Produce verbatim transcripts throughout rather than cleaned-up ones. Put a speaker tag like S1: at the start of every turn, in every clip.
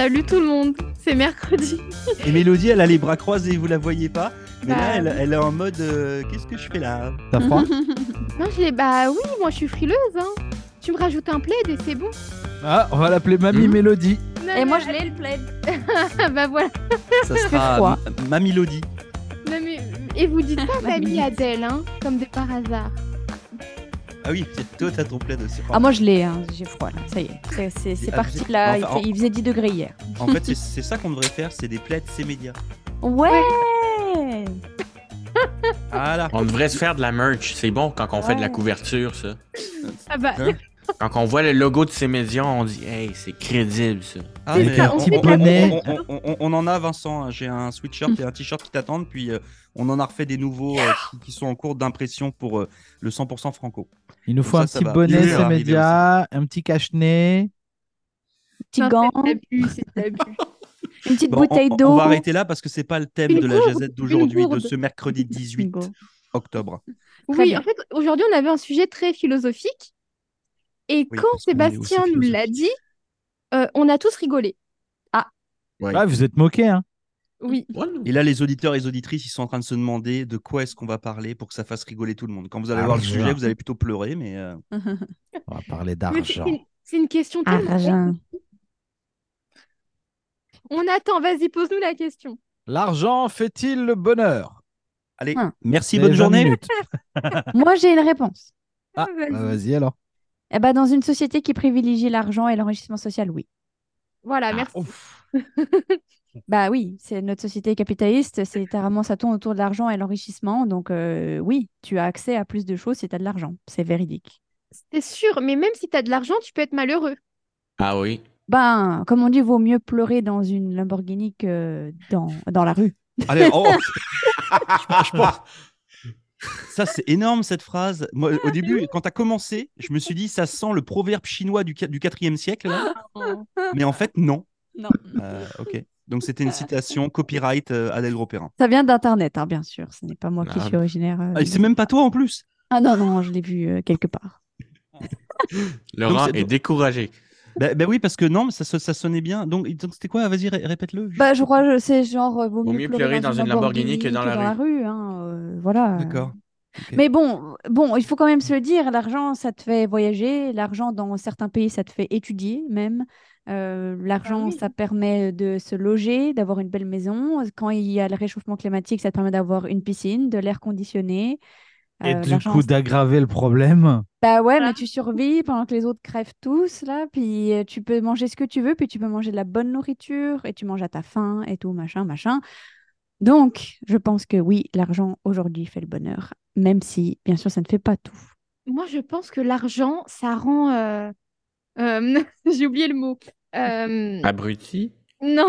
S1: Salut tout le monde, c'est mercredi.
S2: Et Mélodie, elle a les bras croisés, vous la voyez pas. Mais
S1: Bah,
S2: là, elle,
S1: oui.
S2: elle est en mode euh, qu'est-ce que je fais là? T'as froid?
S1: Non, je l'ai. Bah oui, moi je suis frileuse. Hein. Tu me rajoutes un plaid et c'est bon.
S3: Ah, on va l'appeler Mamie
S2: Mmh.
S3: Mélodie.
S1: Non,
S4: Et
S1: non,
S4: moi, je l'ai, le plaid.
S1: bah voilà.
S2: Ça
S4: froid.
S2: sera M- ma Mélodie.
S1: Non, mais... Et vous dites pas
S4: Mamie.
S1: Mamie Adèle, hein, comme de par hasard.
S2: Ah oui, c'est- toi t'as ton plaid aussi.
S4: Ah, moi, je l'ai, hein. J'ai froid, là. Ça y est. C'est, c'est, c'est
S2: Ah,
S4: parti,
S2: vous-
S4: là.
S2: enfin,
S4: il, fait-
S2: en-
S4: il faisait dix degrés hier.
S2: En fait, c'est c'est ça qu'on devrait faire, c'est des plaids C-Média.
S4: Ouais,
S2: Voilà.
S5: On devrait se faire de la merch. C'est bon quand on fait de la
S4: Ouais.
S5: couverture, ça.
S1: Ah bah,
S2: Hein?
S5: Quand on voit le logo de ces médias, on dit « Hey, c'est crédible, ça.
S2: Ah,
S1: C'est
S2: mais
S1: ça,
S2: on,
S1: on
S3: fait
S2: on-
S3: de la-
S2: on- on- on- on- on en a, Vincent. hein. J'ai un sweatshirt et un t-shirt qui t'attendent. Puis euh, on en a refait des nouveaux euh, qui, qui sont en cours d'impression pour euh, le cent pour cent franco.
S3: Il nous faut
S2: Ça,
S3: un
S2: ça
S3: petit
S2: va.
S3: bonnet,
S2: Il va
S3: ces
S2: arriver
S3: médias, un petit cache-nez.
S4: petit
S1: non,
S4: gant,
S1: c'est abus, c'est abus.
S4: une petite
S2: Bon,
S4: bouteille
S2: on, on
S4: d'eau.
S2: va arrêter là parce que c'est pas le thème
S1: Une
S2: de la
S1: gourde,
S2: Jazette
S1: une
S2: d'aujourd'hui, de
S1: gourde.
S2: ce mercredi dix-huit
S4: Bingo.
S2: octobre.
S4: Très
S1: Oui,
S4: bien.
S1: en fait, aujourd'hui, on avait un sujet très philosophique. Et
S2: Oui,
S1: quand
S2: parce qu'on est aussi
S1: Sébastien nous l'a
S2: philosophique.
S1: dit, euh, on a tous rigolé.
S5: Ouais.
S3: Ah, vous êtes moqués, hein.
S1: Oui.
S5: Ouais.
S2: Et là, les auditeurs et les auditrices, ils sont en train de se demander de quoi est-ce qu'on va parler pour que ça fasse rigoler tout le monde. Quand vous allez voir le
S3: Argent.
S2: sujet, vous allez plutôt pleurer, mais euh,
S3: On va parler
S1: Mais c'est-
S3: d'argent.
S1: c'est une- c'est une question tellement
S4: Argent.
S1: On attend, vas-y, pose-nous la question.
S3: L'argent fait-il le bonheur?
S2: allez,
S4: Hum.
S2: merci,
S3: Les
S2: bonne
S3: vingt
S2: journée.
S3: minutes.
S4: Moi, j'ai une réponse.
S3: Ah,
S1: Vas-y.
S3: bah, vas-y alors.
S4: Eh ben, dans une société qui privilégie l'argent et l'enrichissement social, oui.
S1: Voilà,
S3: Ah,
S1: merci.
S3: ouf.
S4: Bah oui, c'est notre société capitaliste, c'est littéralement ça tourne autour de l'argent et l'enrichissement. Donc euh, oui, tu as accès à plus de choses si tu as de l'argent. C'est véridique.
S1: C'est sûr, mais même si tu as de l'argent, tu peux être malheureux.
S5: Ah oui.
S4: Ben, comme on dit, vaut mieux pleurer dans une Lamborghini que dans, dans la rue.
S2: Allez, oh, je, je pense- Ça, c'est énorme cette phrase. Moi, au début, quand tu as commencé, je me suis dit, ça sent le proverbe chinois du, qua- du quatrième siècle. là. Mais en fait, non.
S4: Non.
S2: Euh, ok. Donc, c'était une citation copyright euh, Adèle Gros-Perrin.
S4: Ça vient d'Internet, hein, bien sûr. Ce n'est pas moi qui
S5: Ah.
S4: suis originaire. euh,
S2: Ah, et c'est même pas toi en plus.
S4: Ah non, non, je l'ai vu euh, quelque part.
S5: Laurent
S2: c'est-
S5: est découragé.
S2: Ben ben oui, parce que non, mais ça, ça sonnait bien. Donc, donc c'était quoi? Vas-y, ré- répète-le.
S4: Bah, je crois que c'est genre, euh, vaut
S5: Vaut
S4: mieux,
S5: mieux
S4: pleurer, dans, une Lamborghini que dans la rue. hein, euh, voilà.
S2: D'accord. Ok.
S4: Mais bon, bon, il faut quand même se le dire, l'argent, ça te fait voyager, l'argent dans certains pays, ça te fait étudier même. Euh, l'argent,
S1: Ah oui.
S4: ça permet de se loger, d'avoir une belle maison. Quand il y a le réchauffement climatique, ça te permet d'avoir une piscine, de l'air conditionné.
S3: Et
S4: Euh,
S3: du
S4: l'argent,
S3: coup,
S4: c'est-
S3: d'aggraver le problème.
S4: bah ouais,
S1: Voilà.
S4: mais tu survis pendant que les autres crèvent tous, là, puis euh, tu peux manger ce que tu veux, puis tu peux manger de la bonne nourriture, et tu manges à ta faim, et tout, machin, machin. Donc, je pense que oui, l'argent aujourd'hui fait le bonheur, même si, bien sûr, ça ne fait pas tout.
S1: Moi, je pense que l'argent, ça rend. euh, euh, J'ai oublié le mot. Euh,
S5: Abruti.
S1: Non.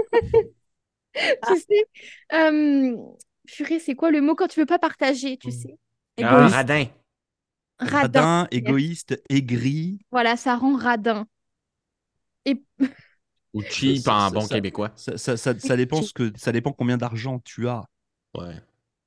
S1: Tu sais, euh, purée, c'est quoi le mot quand tu veux pas partager, tu sais?
S5: Ah,
S4: Égoïste.
S5: radin.
S1: Radin.
S2: Radin, égoïste, aigri.
S1: Voilà, ça rend radin. Et
S5: Ou cheap
S2: Ça- ça-
S5: en bon
S2: ça-
S5: québécois.
S2: Ça, ça, ça, ça dépend ce que, ça dépend combien d'argent tu as,
S5: Ouais.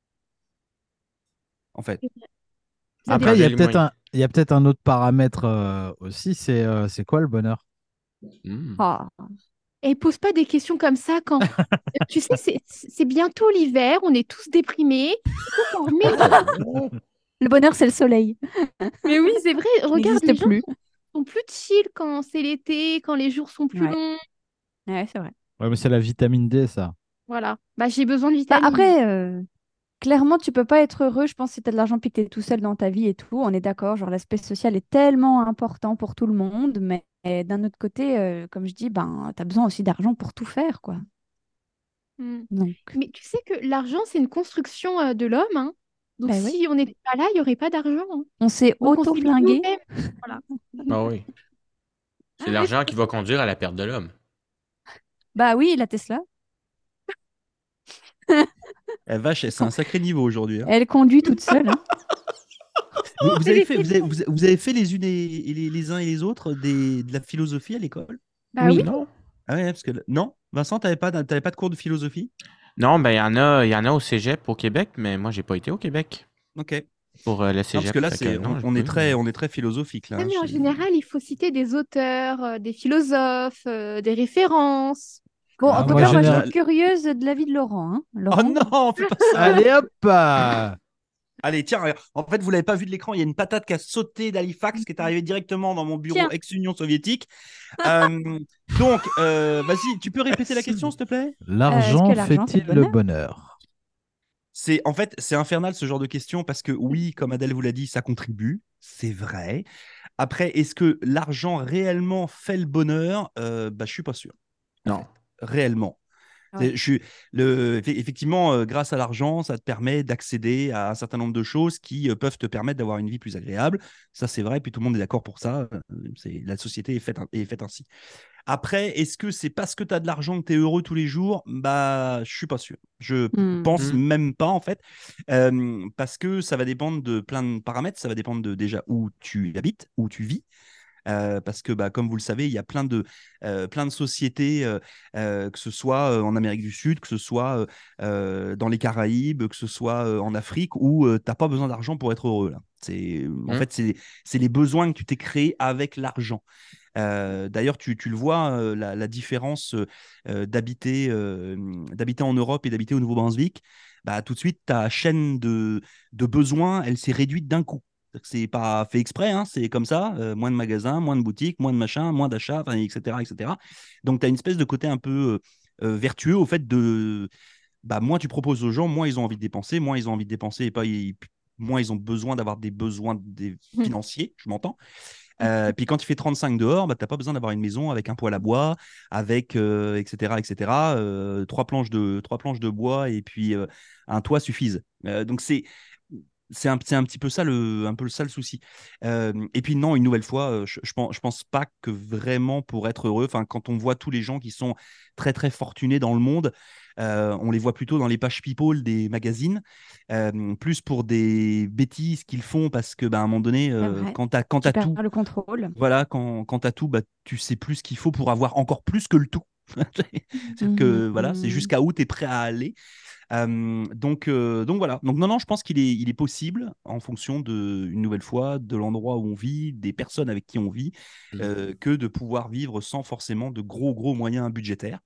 S2: en fait.
S1: ça
S3: Après, il y a
S5: dépend.
S3: peut-être un, il y a peut-être un autre paramètre euh, aussi, c'est euh, c'est quoi le bonheur?
S5: Hmm.
S4: Ah.
S1: Et pose pas des questions comme ça quand. Tu sais, c'est c'est bientôt l'hiver, on est tous déprimés. Il faut qu'on remette-
S4: Le bonheur, c'est le soleil.
S1: Mais oui, c'est vrai,
S4: Il
S1: regarde,
S4: n'existe
S1: les gens
S4: plus.
S1: sont plus chill quand c'est l'été, quand les jours sont plus
S4: Ouais.
S1: longs.
S4: Ouais, c'est vrai.
S3: Ouais, mais c'est la vitamine D, ça.
S1: Voilà. Bah, j'ai besoin de
S4: Bah,
S1: vitamines.
S4: après, euh, clairement, tu peux pas être heureux, je pense, si tu as de l'argent puis que tu es tout seul dans ta vie et tout. On est d'accord, genre l'aspect social est tellement important pour tout le monde, mais d'un autre côté, euh, comme je dis, ben, tu as besoin aussi d'argent pour tout faire, quoi.
S1: Hmm.
S4: Donc,
S1: Mais tu sais que l'argent, c'est une construction euh, de l'homme, hein. Donc,
S4: Bah oui.
S1: si on n'était pas là, il n'y aurait pas d'argent, hein.
S4: on s'est
S1: Donc, on se limite
S4: auto-flingué.
S1: nous-mêmes. Voilà.
S5: Ah oui. C'est l'argent qui va conduire à la perte de l'homme.
S4: Bah oui, la Tesla,
S2: Eh, vache, c'est un sacré niveau aujourd'hui. hein.
S4: elle conduit toute seule. hein.
S2: Vous, vous avez fait, vous, avez, vous avez- vous avez fait les unes et, et les, les uns et les autres des, de la philosophie à l'école?
S1: Bah
S4: Oui.
S1: oui.
S5: Non.
S2: Ah ouais, parce que non, Vincent, t'avais pas, t'avais pas de cours de philosophie?
S5: Non, ben il y en a, il y en a au Cégep au Québec, mais moi j'ai pas été au Québec.
S2: Ok.
S5: pour euh, le
S2: Non, parce
S5: cégep.
S2: que là,
S5: fait
S2: c'est,
S5: que non,
S2: on,
S5: je
S2: on est
S5: peux.
S2: très, on est très philosophique là.
S1: Ouais,
S2: hein,
S1: mais en
S2: chez-
S1: général, il faut citer des auteurs, euh, des philosophes, euh, des références.
S4: Bon,
S2: Ah,
S4: en tout
S3: moi,
S4: cas, moi, je
S3: général-
S4: suis curieuse de l'avis de Laurent. Hein.
S2: Oh
S4: Laurent,
S2: non, fais pas ça.
S3: Allez hop euh,
S2: Allez, tiens, regarde. En fait, vous l'avez pas vu de l'écran, il y a une patate qui a sauté d'Halifax, qui est arrivée directement dans mon bureau
S4: tiens,
S2: ex-Union soviétique. Euh, donc, euh, vas-y, tu peux répéter la question, s'il te plaît?
S4: euh, est-ce que
S3: L'argent
S4: l'argent fait
S3: fait-il
S4: le
S3: le
S4: bonheur?
S3: bonheur?
S2: C'est, en fait, c'est infernal ce genre de question parce que oui, comme Adèle vous l'a dit, ça contribue, c'est vrai. Après, est-ce que l'argent réellement fait le bonheur? euh, bah, je suis pas sûr. En
S5: Non.
S2: fait, réellement.
S4: Ouais.
S2: C'est- Je suis, le, effe- effectivement, euh, grâce à l'argent, ça te permet d'accéder à un certain nombre de choses qui euh, peuvent te permettre d'avoir une vie plus agréable. Ça, c'est vrai, puis tout le monde est d'accord pour ça. Euh, C'est, la société est faite, est faite ainsi. Après, est-ce que c'est parce que tu as de l'argent que tu es heureux tous les jours? Bah, je suis pas sûr. Je
S4: Hmm.
S2: pense
S5: Hmm.
S2: même pas, en fait, Euh, parce que ça va dépendre de plein de paramètres. Ça va dépendre de déjà où tu habites, où tu vis. Euh, parce que, bah, comme vous le savez, il y a plein de, euh, plein de sociétés, euh, euh, que ce soit euh, en Amérique du Sud, que ce soit euh, euh, dans les Caraïbes, que ce soit euh, en Afrique, où tu n'as pas besoin d'argent pour être heureux. Là. C'est, en
S5: Hmm.
S2: fait, c'est, c'est les besoins que tu t'es créés avec l'argent. Euh, D'ailleurs, tu, tu le vois, euh, la, la différence euh, d'habiter euh, d'habiter en Europe et d'habiter au Nouveau-Brunswick, bah, tout de suite, ta chaîne de, de besoins, elle s'est réduite d'un coup. C'est pas fait exprès, hein, c'est comme ça. euh, moins de magasins, moins de boutiques, moins de machins, moins d'achats, enfin, et cetera, et cetera. Donc, tu as une espèce de côté un peu euh, euh, vertueux au fait de. Bah, moins tu proposes aux gens, moins ils ont envie de dépenser, moins ils ont envie de dépenser et pas, ils- moins ils ont besoin d'avoir des besoins des financiers, je m'entends. Euh, puis quand il fait trente-cinq dehors, bah, tu n'as pas besoin d'avoir une maison avec un poêle à bois, avec, euh, et cetera, et cetera. Euh, trois planches de, trois planches de bois et puis euh, un toit suffisent. Euh, donc c'est, c'est un, c'est un petit peu ça le, un peu ça le souci. Euh, et puis non, une nouvelle fois, euh, je, je pense, je pense pas que vraiment pour être heureux, enfin quand on voit tous les gens qui sont très très fortunés dans le monde, euh, on les voit plutôt dans les pages people des magazines, euh, plus pour des bêtises qu'ils font parce que bah, à un moment donné,
S4: C'est
S2: euh,
S4: vrai.
S2: quand tu as, quand
S4: Tu
S2: t'as
S4: perds
S2: tout,
S4: le contrôle.
S2: voilà, quand, quand tu as tout, bah, tu sais plus ce qu'il faut pour avoir encore plus que le tout. C'est-à-dire
S4: Mhm,
S2: que voilà, c'est
S4: mhm.
S2: jusqu'à où tu es prêt à aller. Euh, donc, euh, donc voilà. Donc non, non, je pense qu'il est, il est possible, en fonction de, une nouvelle fois, de l'endroit où on vit, des personnes avec qui on vit,
S5: Hmm.
S2: euh, que de pouvoir vivre sans forcément de gros, gros moyens budgétaires.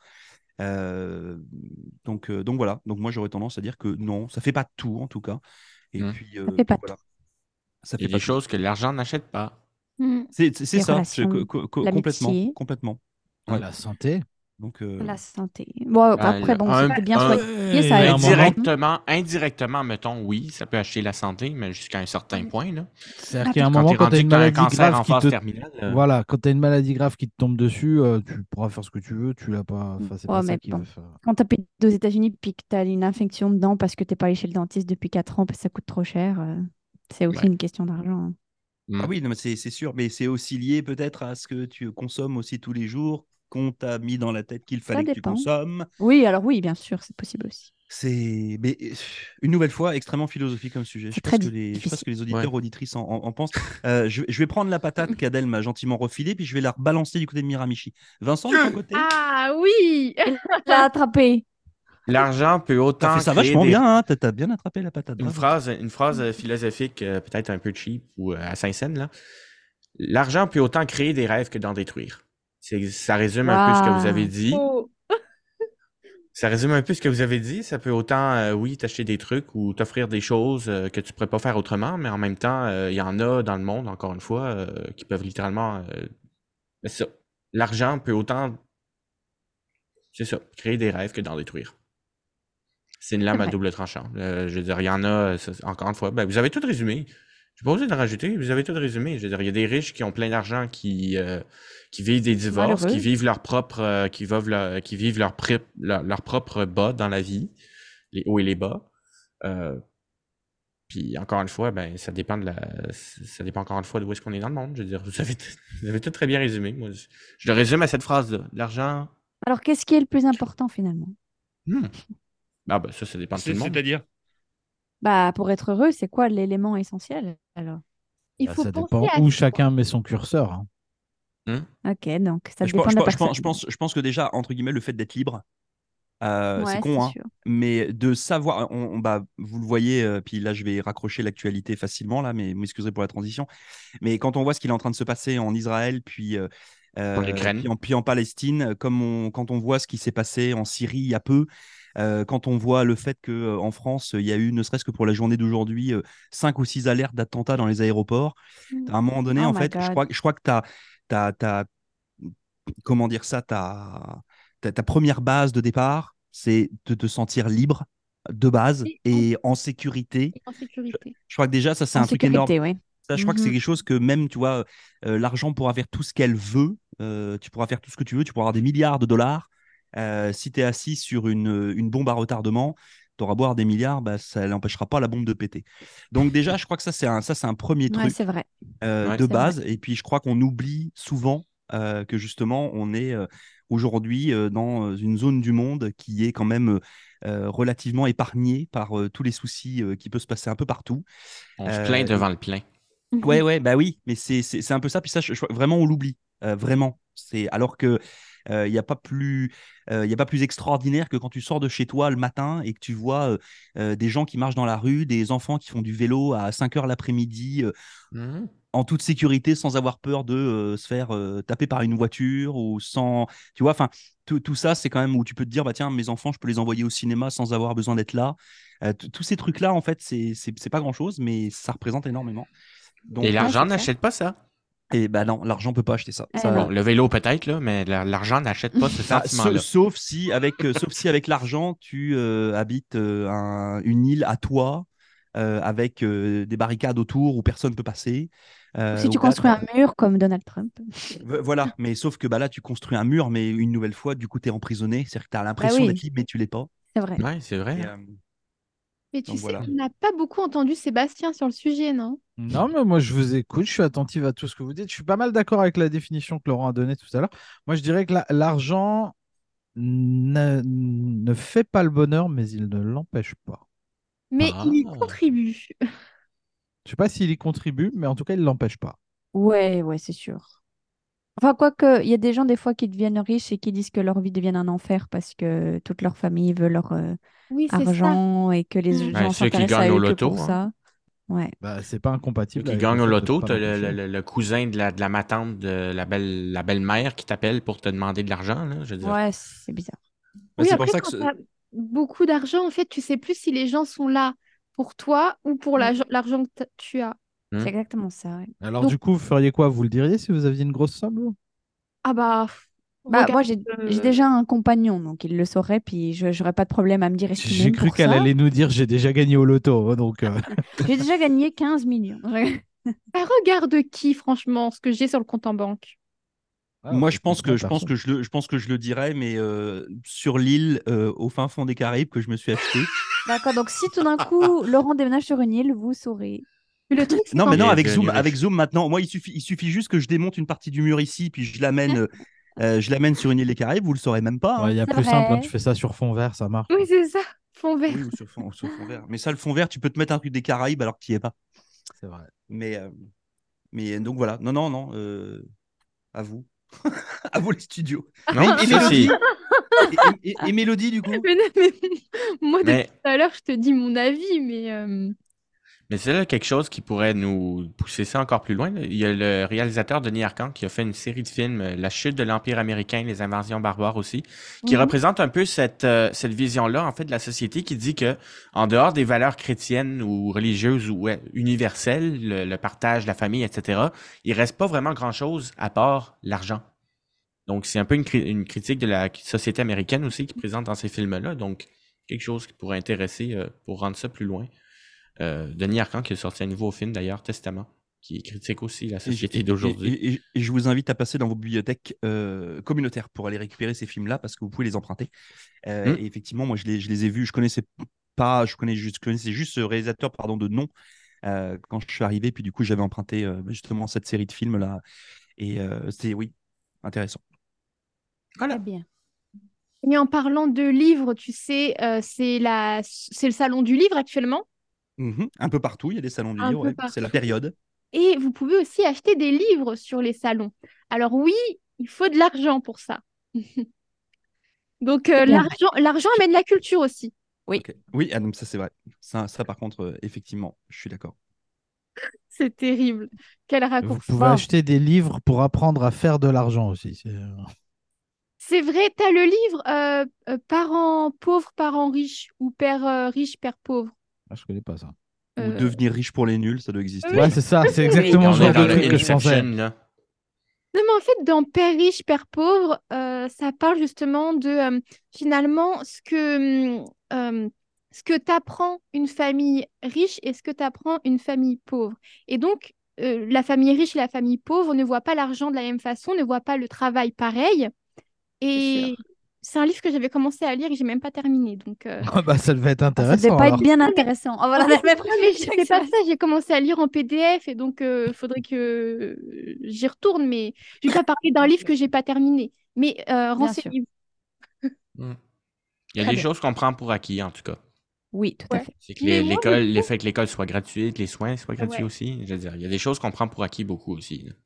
S2: Euh, donc, euh, donc voilà. Donc moi, j'aurais tendance à dire que non, ça fait pas tout en tout cas. Et
S5: Hmm.
S2: puis,
S4: Ça
S2: euh,
S4: fait
S2: puis
S4: pas
S2: voilà,
S4: tout.
S2: ça
S5: Il y
S2: fait
S5: a
S2: pas
S5: des
S2: tout.
S5: choses que l'argent n'achète pas.
S1: Mm.
S2: C'est c'est- c'est
S4: Les
S2: ça, c'est co-
S4: relations,
S2: co- co- complètement,
S4: l'amitié,
S2: complètement. Ouais.
S5: Ouais.
S3: La santé.
S2: Donc, euh,
S4: la santé. Bon,
S5: Ben,
S4: après,
S5: le-
S4: bon,
S5: un,
S4: c'était bien
S5: un-
S4: soigné, ça
S3: Ouais,
S4: aide
S3: un
S4: quand
S3: moment.
S4: même.
S5: indirectement, indirectement, mettons, oui, ça peut acheter la santé, mais jusqu'à un certain point, là.
S3: C'est-à-dire
S4: Ah,
S3: qu'il y a un
S5: Quand
S3: moment,
S5: t'es
S3: quand tu as
S5: rendu
S3: une
S5: que t'as un
S3: maladie
S5: cancer
S3: grave
S5: en
S3: qui
S5: phase
S3: te...
S5: terminale, euh,
S3: Voilà, quand tu as une maladie grave qui te tombe dessus, euh, tu pourras faire ce que tu veux, tu l'as pas... Enfin, c'est
S4: Ouais,
S3: pas ça
S4: mais
S3: qui
S4: bon.
S3: va faire...
S4: Quand tu habites aux États-Unis puis que tu as une infection dedans parce que tu n'es pas allé chez le dentiste depuis quatre ans parce que ça coûte trop cher, euh, c'est aussi
S5: ouais.
S4: une question d'argent. Hein.
S2: ah
S5: Hmm.
S2: oui, non, mais c'est c'est sûr, mais c'est aussi lié peut-être à ce que tu consommes aussi tous les jours, qu'on t'a mis dans la tête qu'il
S4: Ça
S2: fallait que tu
S4: dépend.
S2: consommes.
S4: Oui, alors oui, bien sûr, c'est possible aussi.
S2: C'est, mais euh, une nouvelle fois, extrêmement philosophique comme sujet. Je
S4: C'est
S2: sais pas
S4: très
S2: ce que les, je sais pas ce
S4: difficile.
S2: que les
S5: Ouais.
S2: auditeurs, auditrices en, en- en pensent. Euh, je, je vais prendre la patate qu'Adèle m'a gentiment refilée, puis je vais la rebalancer du côté de Miramichi. Vincent, de ton côté?
S1: Ah oui!
S4: L'a attrapé.
S5: L'argent peut
S2: T'as fait
S5: autant
S2: ça
S5: créer
S2: vachement
S5: des...
S2: bien, hein? T'as t'as bien attrapé la patate,
S5: Une
S2: bravo.
S5: phrase, une phrase euh, philosophique, euh, peut-être un peu cheap ou euh, à Saint-Saëns, là. L'argent peut autant créer des rêves que d'en détruire. C'est, ça résume un peu ce que vous avez
S4: Waouh.
S5: dit.
S1: Oh.
S5: Ça résume un peu ce que vous avez dit. Ça peut autant, euh, oui, t'acheter des trucs ou t'offrir des choses euh, que tu pourrais pas faire autrement, mais en même temps, euh, il y en a dans le monde, encore une fois, euh, qui peuvent littéralement... euh, mais ça, l'argent peut autant, c'est ça, créer des rêves que d'en détruire. C'est une
S4: C'est
S5: lame à
S4: vrai.
S5: double tranchant. Euh, je veux dire, il y en a, ça, encore une fois, ben, vous avez tout résumé. Je n'ai pas osé de rajouter, vous avez tout résumé. Je veux dire, il y a des riches qui ont plein d'argent, qui, euh, qui vivent des divorces,
S4: Malheureux.
S5: qui vivent leur propre, euh, qui vivent leur, qui vivent leur, pri- leur, leur propre bas dans la vie, les hauts et les bas. Euh, puis encore une fois, ben ça dépend de la, ça dépend encore une fois de où est-ce qu'on est dans le monde. Je veux dire, vous avez, vous avez tout très bien résumé. Moi, je, je le résume à cette phrase-là. L'argent,
S4: Alors, qu'est-ce qui est le plus important finalement?
S5: hmm. Ah ben ça, ça dépend de tout le monde.
S2: C'est-à-dire?
S4: Bah, pour être heureux, c'est quoi l'élément essentiel alors?
S1: Il
S3: Bah,
S1: faut
S3: ça
S1: penser
S3: dépend
S1: à
S3: où
S1: soi.
S3: chacun met son curseur. hein.
S4: Ok, donc ça
S2: Je
S4: dépend
S2: pense,
S4: de
S2: je
S4: la
S2: pense, je
S4: personne.
S2: pense, je pense, je pense que déjà, entre guillemets, le fait d'être libre, euh, c'est
S4: Ouais,
S2: con,
S4: c'est
S2: hein.
S4: sûr.
S2: mais de savoir, on, on- bah, vous le voyez, euh, puis là je vais raccrocher l'actualité facilement, là, mais vous m'excuserez pour la transition. Mais quand on voit ce qu'il est en train de se passer en Israël, puis, euh,
S5: Pour
S2: euh,
S5: l'Ukraine.
S2: puis, en, puis en Palestine, comme on, quand on voit ce qui s'est passé en Syrie il y a peu, euh, quand on voit le fait qu'en France, il y a eu, ne serait-ce que pour la journée d'aujourd'hui, euh, cinq ou six alertes d'attentats dans les aéroports, à un moment donné,
S4: Oh
S2: en
S4: my
S2: fait, je
S4: God.
S2: crois, je crois que tu as, comment dire ça, ta, ta, ta première base de départ, c'est de te sentir libre de base
S1: Et en,
S2: et en sécurité.
S1: en
S2: Je,
S1: sécurité.
S2: je crois que déjà, ça, c'est
S4: En
S2: un truc énorme.
S4: sécurité, oui.
S2: Ça, je crois que c'est
S4: Mhm.
S2: quelque chose que même, tu vois, euh, l'argent pourra faire tout ce qu'elle veut. Euh, tu pourras faire tout ce que tu veux. Tu pourras avoir des milliards de dollars. Euh, si tu es assis sur une, une bombe à retardement, tu auras beau avoir des milliards, bah, ça n'empêchera pas la bombe de péter. Donc déjà, je crois que ça, c'est un, ça, c'est un premier
S4: Ouais, c'est
S2: truc
S4: vrai.
S2: euh,
S5: Ouais.
S2: de
S4: C'est vrai.
S2: base. Et puis, je crois qu'on oublie souvent euh, que justement, on est euh, aujourd'hui euh, dans une zone du monde qui est quand même euh, relativement épargnée par euh, tous les soucis euh, qui peuvent se passer un peu partout.
S5: On se plaint
S2: Euh,
S5: devant le plein.
S2: Ouais, ouais, bah oui, mais c'est c'est c'est un peu ça. Puis ça, je- je- vraiment, on l'oublie. Euh, vraiment. C'est alors que euh, il n'y a pas plus euh, il y a pas plus extraordinaire que quand tu sors de chez toi le matin et que tu vois euh, euh, des gens qui marchent dans la rue, des enfants qui font du vélo à cinq heures l'après-midi euh,
S5: Mhm.
S2: en toute sécurité sans avoir peur de euh, se faire euh, taper par une voiture ou sans tu vois, enfin tout, tout ça c'est quand même où tu peux te dire bah tiens mes enfants je peux les envoyer au cinéma sans avoir besoin d'être là. Euh, t- tous ces trucs là en fait c'est c'est c'est pas grand-chose mais ça représente énormément.
S5: Et
S2: Donc,
S4: Ouais,
S5: l'argent
S4: c'est clair.
S5: n'achète pas ça.
S2: et bah non, l'argent peut pas acheter ça.
S4: Eh
S5: Bon,
S4: non.
S2: Ça,
S5: le vélo peut-être, là, mais la- l'argent n'achète pas ce
S2: bah, sa-
S5: sentiment-là.
S2: sauf si avec, euh, sauf si avec l'argent, tu euh, habites euh, un- une île à toi, euh, avec euh, des barricades autour où personne peut passer.
S4: Ou
S2: Euh,
S4: si tu
S2: où là,
S4: construis
S2: t'as-
S4: un mur comme Donald Trump.
S2: v- voilà, mais sauf que bah, là, tu construis un mur, mais une nouvelle fois, du coup, tu es emprisonné. C'est-à-dire que tu as
S4: Bah
S2: l'impression d'être
S4: oui,
S2: libre, mais tu l'es pas.
S4: c'est vrai.
S5: Ouais, c'est vrai.
S2: Et,
S5: Hein.
S2: euh,
S1: Mais tu
S2: donc
S1: sais
S2: voilà.
S1: qu'on n'a pas beaucoup entendu Sébastien sur le sujet, non?
S3: Non, mais moi je vous écoute, je suis attentive à tout ce que vous dites. Je suis pas mal d'accord avec la définition que Laurent a donnée tout à l'heure. Moi je dirais que la- l'argent ne, ne fait pas le bonheur, mais il ne l'empêche pas.
S1: Mais il y
S5: Ah.
S1: contribue.
S3: Je sais pas s'il y contribue, mais en tout cas, il ne l'empêche pas.
S4: Ouais, ouais, c'est sûr. Enfin, quoique, il y a des gens des fois qui deviennent riches et qui disent que leur vie devient un enfer parce que toute leur famille veut leur euh,
S1: Oui, c'est ça.
S4: argent et que les
S1: Mm.
S5: Ouais,
S4: gens
S5: ceux qui
S4: s'intéressent à
S5: gagnent au
S4: eux que
S5: loto,
S4: pour
S5: hein.
S4: ça. Ouais.
S3: Bah, c'est pas
S5: Ceux
S3: incompatible
S5: qui
S3: avec le
S5: gagnent au
S3: fait de
S5: loto,
S3: pas
S5: t'as le,
S3: l'empêcher.
S5: le- le- le cousin de la, de la ma tante, de la belle, la belle-mère qui t'appelle pour te demander de l'argent, là, je veux dire.
S4: Ouais, c'est bizarre.
S2: Bah,
S1: Oui,
S2: c'est pour
S1: après,
S2: ça que
S1: quand
S2: ce-
S1: tu as beaucoup d'argent, en fait, tu sais plus si les gens sont là pour toi ou pour
S4: Mm.
S1: l'ag- l'argent que t'as- tu as.
S5: Hmm.
S4: C'est exactement ça, ouais.
S3: Alors,
S1: Donc,
S3: du coup, vous feriez quoi? Vous le diriez si vous aviez une grosse somme, vous?
S1: ah bah,
S4: Bah,
S1: regarde.
S4: moi, j'ai j'ai
S1: euh,
S4: déjà un compagnon, donc il le saurait, puis je n'aurais pas de problème à me dire est-ce qu'il
S3: J'ai
S4: m'aime
S3: cru
S4: pour
S3: qu'elle
S4: ça.
S3: allait nous dire j'ai déjà gagné au loto. Donc, euh,
S4: J'ai déjà gagné quinze millions.
S1: bah, regarde qui, franchement, ce que j'ai sur le compte en banque.
S3: ah,
S2: moi,
S3: ça,
S2: je
S3: c'est
S2: pense
S3: bon,
S2: que je pense
S3: perso.
S2: que je le, je pense que je le dirais, mais euh, sur l'île euh, au fin fond des Caraïbes que je me suis acheté.
S4: D'accord, donc si tout d'un coup Laurent déménage sur une île, vous saurez.
S1: Mais le truc, c'est
S2: Non,
S1: qu'en
S2: mais non,
S5: Il est
S2: avec
S5: devenu
S2: Zoom, avec
S5: riche.
S2: Zoom maintenant, moi, il suffit, il suffit juste que je démonte une partie du mur ici, puis je l'amène, euh, euh, je l'amène sur une île des Caraïbes, vous le saurez même pas,
S3: Ouais,
S2: hein.
S3: il y a
S4: C'est
S3: plus simple, hein,
S4: vrai.
S3: tu fais ça sur fond vert, ça marche.
S1: oui, c'est ça, fond vert.
S2: Oui, ou sur fond, sur fond vert. Mais ça, le fond vert, tu peux te mettre un truc des Caraïbes alors que tu n'y es pas.
S3: C'est vrai.
S2: Mais, euh, mais donc voilà. Non, non, non. euh, à vous. À vous les studios. Et,
S5: Non,
S2: et
S5: ça,
S2: Mélodie,
S5: c'est.
S2: et, et- et Mélodie, du coup.
S1: Mais, non, mais moi, depuis
S5: Mais,
S1: tout à l'heure, je te dis mon avis, mais euh,
S5: mais c'est là quelque chose qui pourrait nous pousser ça encore plus loin, là. Il y a le réalisateur Denis Arcand qui a fait une série de films, euh, La chute de l'Empire américain, Les invasions barbares aussi, qui
S1: mhm.
S5: représente un peu cette, euh, cette vision-là, en fait, de la société qui dit que, en dehors des valeurs chrétiennes ou religieuses ou ouais, universelles, le, le partage, la famille, et cetera, il reste pas vraiment grand-chose à part l'argent. Donc, c'est un peu une, cri- une critique de la société américaine aussi qui présente dans ces films-là. Donc, quelque chose qui pourrait intéresser euh, pour rendre ça plus loin. Euh, Denis Arcand qui a sorti un nouveau film d'ailleurs, Testament, qui critique aussi la
S2: Et, je-
S5: société
S2: et-
S5: d'aujourd'hui.
S2: et- et- et je vous invite à passer dans vos bibliothèques euh, communautaires pour aller récupérer ces films-là parce que vous pouvez les emprunter. Euh,
S5: Hmm.
S2: et effectivement, moi, je les, je les ai vus. Je connaissais pas, je connais juste, je connaissais juste ce réalisateur, pardon, de nom euh, quand je suis arrivé. Puis du coup, j'avais emprunté euh, justement cette série de films-là. Et euh, c'était, oui, intéressant.
S4: Très
S5: Voilà.
S4: bien.
S1: Mais en parlant de livres, tu sais, euh, c'est la... c'est le salon du livre actuellement,
S2: Mhm. Un peu partout, il y a des salons du
S1: un
S2: livre,
S1: peu
S2: ouais. C'est la
S1: partout.
S2: période.
S1: Et vous pouvez aussi acheter des livres sur les salons. Alors oui, il faut de l'argent pour ça. Donc
S4: C'est
S1: euh,
S4: bien.
S1: l'argent, l'argent amène la culture aussi.
S4: Oui.
S2: Ok. Oui, ah, donc ça c'est vrai. Ça, ça par contre, euh, effectivement, je suis d'accord.
S1: C'est terrible. Quel
S3: Vous
S1: raccourci.
S3: pouvez
S4: Bon.
S3: acheter des livres pour apprendre à faire de l'argent aussi. c'est-
S1: C'est vrai, t'as le livre euh, euh, Parents pauvres, parents riches ou Père euh, riche, père pauvre.
S3: Ah, je connais pas ça.
S2: Ou
S1: Euh,
S2: devenir riche pour les nuls, ça doit exister.
S3: Ouais,
S1: Oui.
S3: c'est ça, c'est
S4: Oui.
S3: exactement
S5: Et
S3: le
S5: on est
S3: genre de
S5: dans le
S3: truc que je pensais.
S5: Inception, là.
S1: Non, mais en fait, dans Père riche, Père pauvre, euh, ça parle justement de euh, finalement ce que, hum, euh, ce que t'apprend une famille riche et ce que t'apprend une famille pauvre. Et donc, euh, la famille riche et la famille pauvre ne voient pas l'argent de la même façon, ne voient pas le travail pareil.
S4: C'est sûr.
S1: Et c'est un livre que j'avais commencé à lire et que j'ai même pas terminé. Donc, euh,
S3: Ah bah, ça devait être
S4: Ah, ça devait
S3: intéressant
S4: pas être
S3: alors.
S4: bien
S1: non, mais
S4: intéressant. Oh,
S1: en
S4: voilà
S1: fait,
S4: la même
S1: non, mais
S4: réflexion
S1: c'est
S4: que ça.
S1: pas ça. J'ai commencé à lire en P D F et donc il faudrait que euh, j'y retourne. Mais je vais pas parler d'un livre que j'ai pas terminé. Mais euh,
S4: Bien sûr.
S1: renseignez-vous.
S5: Mm. Il y a
S4: Très
S5: des
S4: bien.
S5: choses qu'on prend pour acquis, en tout cas.
S4: Oui, tout à
S1: Ouais.
S4: fait.
S5: C'est que
S1: Mais
S5: l'é-
S1: moi, je
S5: l'école, le
S1: trouve.
S5: fait que l'école soit gratuite, les soins soient gratuits
S1: Ouais.
S5: aussi. Je veux dire, il y a des choses qu'on prend pour acquis beaucoup aussi, là.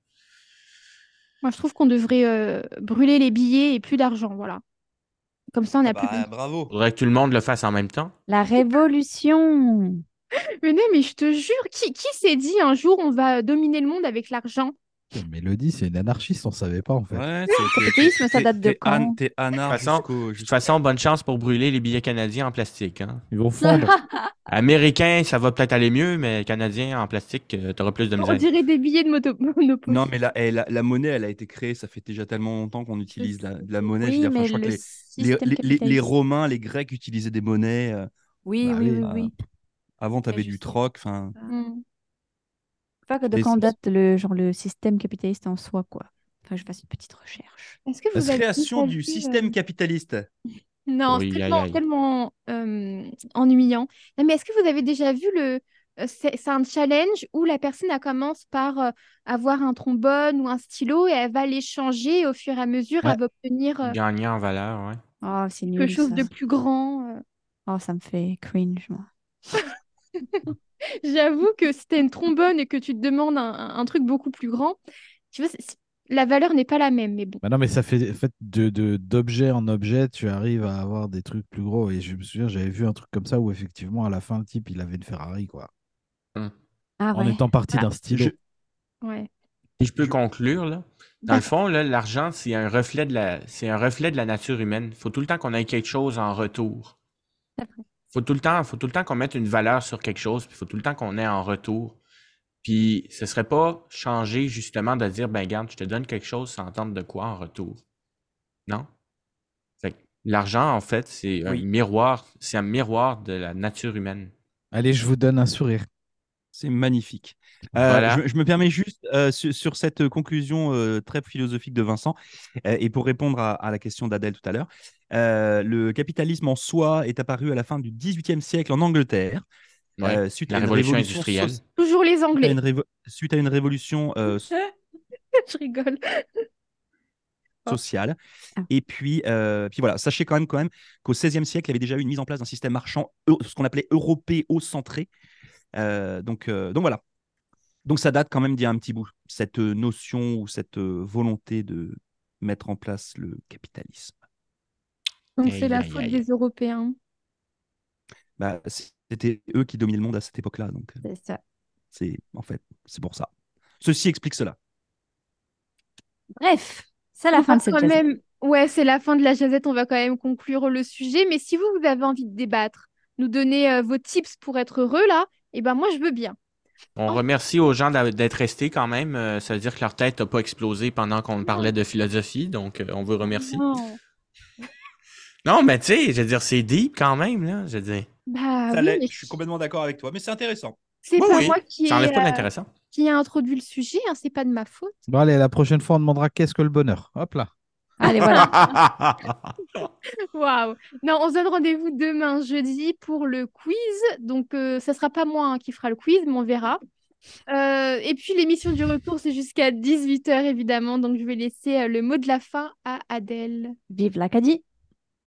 S1: Moi, je trouve qu'on devrait euh, brûler les billets et plus d'argent. Voilà. Comme ça, on
S2: Ah
S1: n'a plus besoin.
S2: bah bravo.
S5: Faudrait que tout le monde le fasse en même temps.
S4: La révolution.
S1: Mais non, mais je te jure, qui, qui s'est dit un jour on va dominer le monde avec l'argent?
S3: Mélodie, c'est une anarchiste, on savait pas en fait.
S2: Ouais, c'est- t'es-
S4: Capitalisme, ça
S2: t'es-
S4: date de
S2: t'es an-
S4: quand?
S2: t'es
S5: De toute
S2: anard
S5: façon,
S2: jusqu'au.
S5: de toute
S2: jusqu'au-
S5: façon, bonne chance pour brûler les billets canadiens en plastique, hein.
S3: Ils vont fondre.
S5: Américains, ça va peut-être aller mieux, mais Canadiens en plastique, euh, t'auras plus de
S1: On
S5: misère.
S1: dirait des billets de moto
S2: Non,
S1: Monopoly.
S2: mais la, eh, la, la monnaie, elle a été créée, ça fait déjà tellement longtemps qu'on utilise la- de la monnaie. Je veux
S4: Oui,
S2: dire, enfin,
S4: mais
S2: je crois que
S4: le
S2: les, les,
S4: système
S2: les, les- les
S4: capitaliste.
S2: Romains, les Grecs utilisaient des monnaies. euh,
S4: Oui,
S3: Bah
S4: oui, oui,
S3: oui.
S2: euh,
S4: oui.
S2: avant, tu
S4: Mais
S2: avais
S4: je
S2: du
S4: sais
S2: troc. Enfin,
S4: pas.
S1: Hmm.
S4: Je sais pas que de
S2: c'est-
S4: quand
S2: c'est-
S4: date le, genre, le système capitaliste en soi, quoi. Enfin, je fasse une petite recherche.
S1: Est-ce que
S2: la
S1: vous avez
S2: création
S1: déjà
S2: du
S1: vu
S2: système
S1: euh,
S2: capitaliste.
S1: Non, c'est
S5: Oui, aïe,
S1: tellement,
S5: aïe.
S1: tellement euh, ennuyant. Non, mais est-ce que vous avez déjà vu le... euh, C'est c'est un challenge où la personne elle commence par euh, avoir un trombone ou un stylo et elle va les changer au fur et à mesure,
S3: Ouais.
S1: elle va obtenir euh,
S5: Gagner en valeur, ouais.
S4: Oh, c'est
S1: quelque
S4: nul,
S1: chose
S4: ça.
S1: de plus grand. euh.
S4: Oh, ça me fait cringe, moi.
S1: J'avoue que si t'as une trombone et que tu te demandes un, un- un truc beaucoup plus grand, tu vois, c'est- c'est- la valeur n'est pas la même, mais bon.
S3: Bah non, mais ça fait, en fait de, de- d'objet en objet, tu arrives à avoir des trucs plus gros. Et je me souviens, j'avais vu un truc comme ça où effectivement, à la fin, le type, il avait une Ferrari, quoi.
S5: Hum.
S4: Ah
S3: En
S4: ouais.
S3: étant parti
S1: Ah,
S3: d'un
S2: Je,
S3: stylo.
S1: ouais.
S5: Si je peux
S2: je-
S5: conclure, là. Dans le
S1: D'accord.
S5: fond, là, l'argent, c'est un reflet de la, c'est un reflet de la nature humaine. Il faut tout le temps qu'on ait quelque chose en retour.
S1: C'est vrai.
S5: Faut tout le temps, faut tout le temps qu'on mette une valeur sur quelque chose, puis il faut tout le temps qu'on ait en retour. Puis ce serait pas changer justement de dire, ben garde, je te donne quelque chose sans attendre de quoi en retour. Non? Fait que l'argent, en fait, c'est un
S2: Oui,
S5: miroir, c'est un miroir de la nature humaine.
S3: Allez, je vous donne un sourire.
S2: c'est magnifique. Euh,
S5: Voilà.
S2: je, je me permets juste, euh, sur, sur cette conclusion euh, très philosophique de Vincent, euh, et pour répondre à, à la question d'Adèle tout à l'heure, euh, le capitalisme en soi est apparu à la fin du dix-huitième siècle en Angleterre,
S5: Ouais.
S2: euh, suite à
S5: La
S2: une
S5: révolution
S2: révolution, so-
S5: industrielle.
S1: Toujours les
S2: suite à
S1: Anglais.
S2: une, révo- suite à une révolution euh,
S1: Je rigole. Oh.
S2: sociale.
S4: Ah.
S2: Et puis, euh, puis voilà, sachez quand même, quand même qu'au seizième siècle, il y avait déjà eu une mise en place d'un système marchand, eu- ce qu'on appelait européocentré. Euh, donc, euh, donc voilà. Donc ça date quand même d'il y a un petit bout, cette euh, notion ou cette euh, volonté de mettre en place le capitalisme.
S1: Donc c'est
S5: Aïe,
S1: la
S5: aïe,
S1: faute
S5: aïe.
S1: des Européens.
S2: Bah, c'était eux qui dominaient le monde à cette époque-là. Donc euh,
S4: C'est ça.
S2: c'est en fait, c'est pour ça. Ceci explique cela.
S4: Bref, c'est la
S1: On
S4: fin
S1: va
S4: de cette
S1: quand
S4: jazette.
S1: même... Ouais, c'est la fin de la jazette, on va quand même conclure le sujet. Mais si vous, vous avez envie de débattre, nous donner euh, vos tips pour être heureux, là, eh ben moi, je veux bien.
S5: On
S1: Oh,
S5: remercie aux gens d'a- d'être restés quand même. Euh, ça veut dire que leur tête n'a pas explosé pendant qu'on parlait de philosophie, donc euh, on vous remercie.
S1: non.
S5: Non, mais tu sais, je veux dire, c'est deep quand même, là. Je veux dire.
S1: Bah
S2: Ça
S1: oui,
S2: l'est,
S1: mais
S2: je suis complètement d'accord avec toi, mais c'est intéressant.
S1: c'est
S5: Oui,
S1: pas
S5: oui,
S1: moi qui
S5: ça
S1: ai,
S5: enlève pas de
S1: euh,
S5: l'intéressant.
S1: qui ai introduit le sujet, hein, c'est pas de ma faute.
S3: Bon, allez, la prochaine fois, on demandera qu'est-ce que le bonheur. Hop là.
S4: Allez, voilà.
S1: Waouh. Non, on se donne rendez-vous demain, jeudi, pour le quiz. Donc, euh, ça sera pas moi hein, qui fera le quiz, mais on verra. Euh, et puis, l'émission du retour, c'est jusqu'à dix-huit heures, évidemment. Donc, je vais laisser euh, le mot de la fin à Adèle.
S4: Vive l'Acadie.